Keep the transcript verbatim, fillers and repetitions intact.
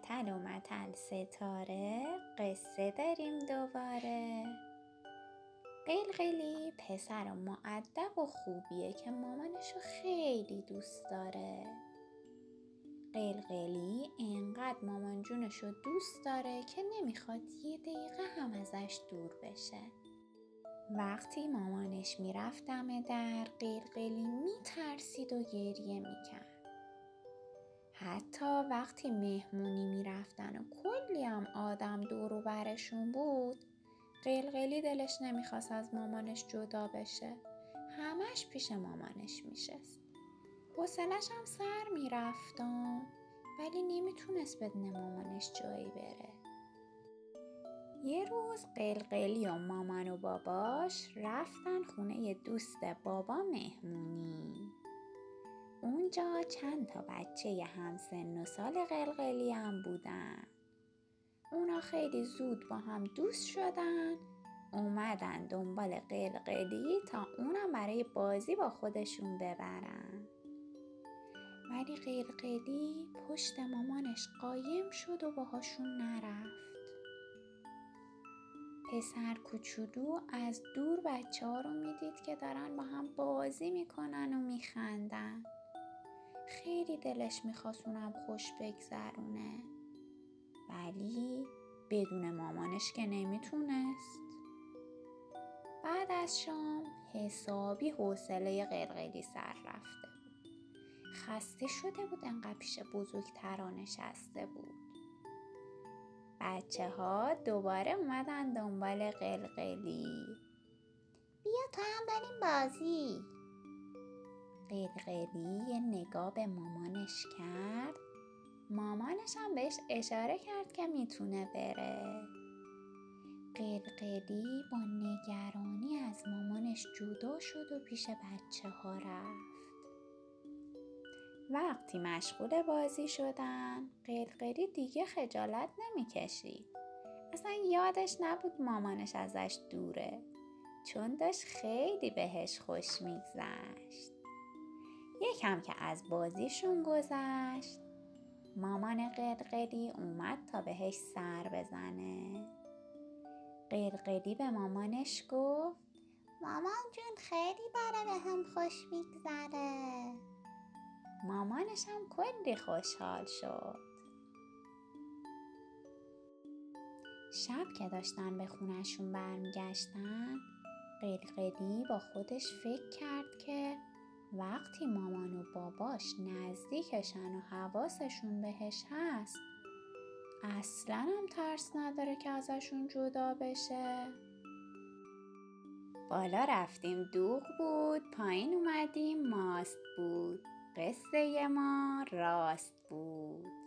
متل و متل ستاره، قصه داریم دوباره. قلقلی پسر مؤدب و خوبیه که مامانشو خیلی دوست داره. قلقلی اینقدر مامان جونشو دوست داره که نمیخواد یه دقیقه هم ازش دور بشه. وقتی مامانش میرفت دم در، قلقلی میترسید و گریه میکرد. حتی وقتی مهمونی میرفتن و کلی هم آدم دور و برشون بود، قلقلی دلش نمیخواست از مامانش جدا بشه. همش پیش مامانش میشست. حوصله‌ش هم سر میرفت ولی نمیتونست بدون مامانش جایی بره. یه روز قلقلی و مامان و باباش رفتن خونه دوست بابا مهمونی. اونجا چند تا بچه همسن و سال قلقلی هم بودن. اونا خیلی زود با هم دوست شدن، اومدن دنبال قلقلی تا اونم برای بازی با خودشون ببرن. ولی قلقلی پشت مامانش قایم شد و باهاشون نرفت. پسر کوچولو از دور بچه ها رو میدید که دارن با هم بازی میکنن و میخندن. خیلی دلش میخواست اونم خوش بگذرونه، ولی بدون مامانش که نمیتونست. بعد از شام حسابی حوصله قلقلی سر رفته بود. خسته شده بود، انقدر پیش بزرگترا نشسته بود. بچه ها دوباره اومدن دنبال قلقلی. بیا تا هم بریم بازی. قلقلی یه نگاه به مامانش کرد. مامانش هم بهش اشاره کرد که میتونه بره. قلقلی با نگرانی از مامانش جدا شد و پیش بچه ها رفت. وقتی مشغول بازی شدن، قلقلی دیگه خجالت نمیکشید. اصلا یادش نبود مامانش ازش دوره، چون داشت خیلی بهش خوش میگذشت. یکم که از بازیشون گذشت، مامان قلقلی اومد تا بهش سر بزنه. قلقلی به مامانش گفت مامان جون خیلی داره به هم خوش میگذره. مامانش هم کلی خوشحال شد. شب که داشتن به خونهشون برمیگشتن، قلقلی با خودش فکر کرد که وقتی مامان و باباش نزدیکشن و حواسشون بهش هست، اصلاً هم ترس نداره که ازشون جدا بشه. بالا رفتیم دوغ بود، پایین اومدیم ماست بود، قصه ما راست بود.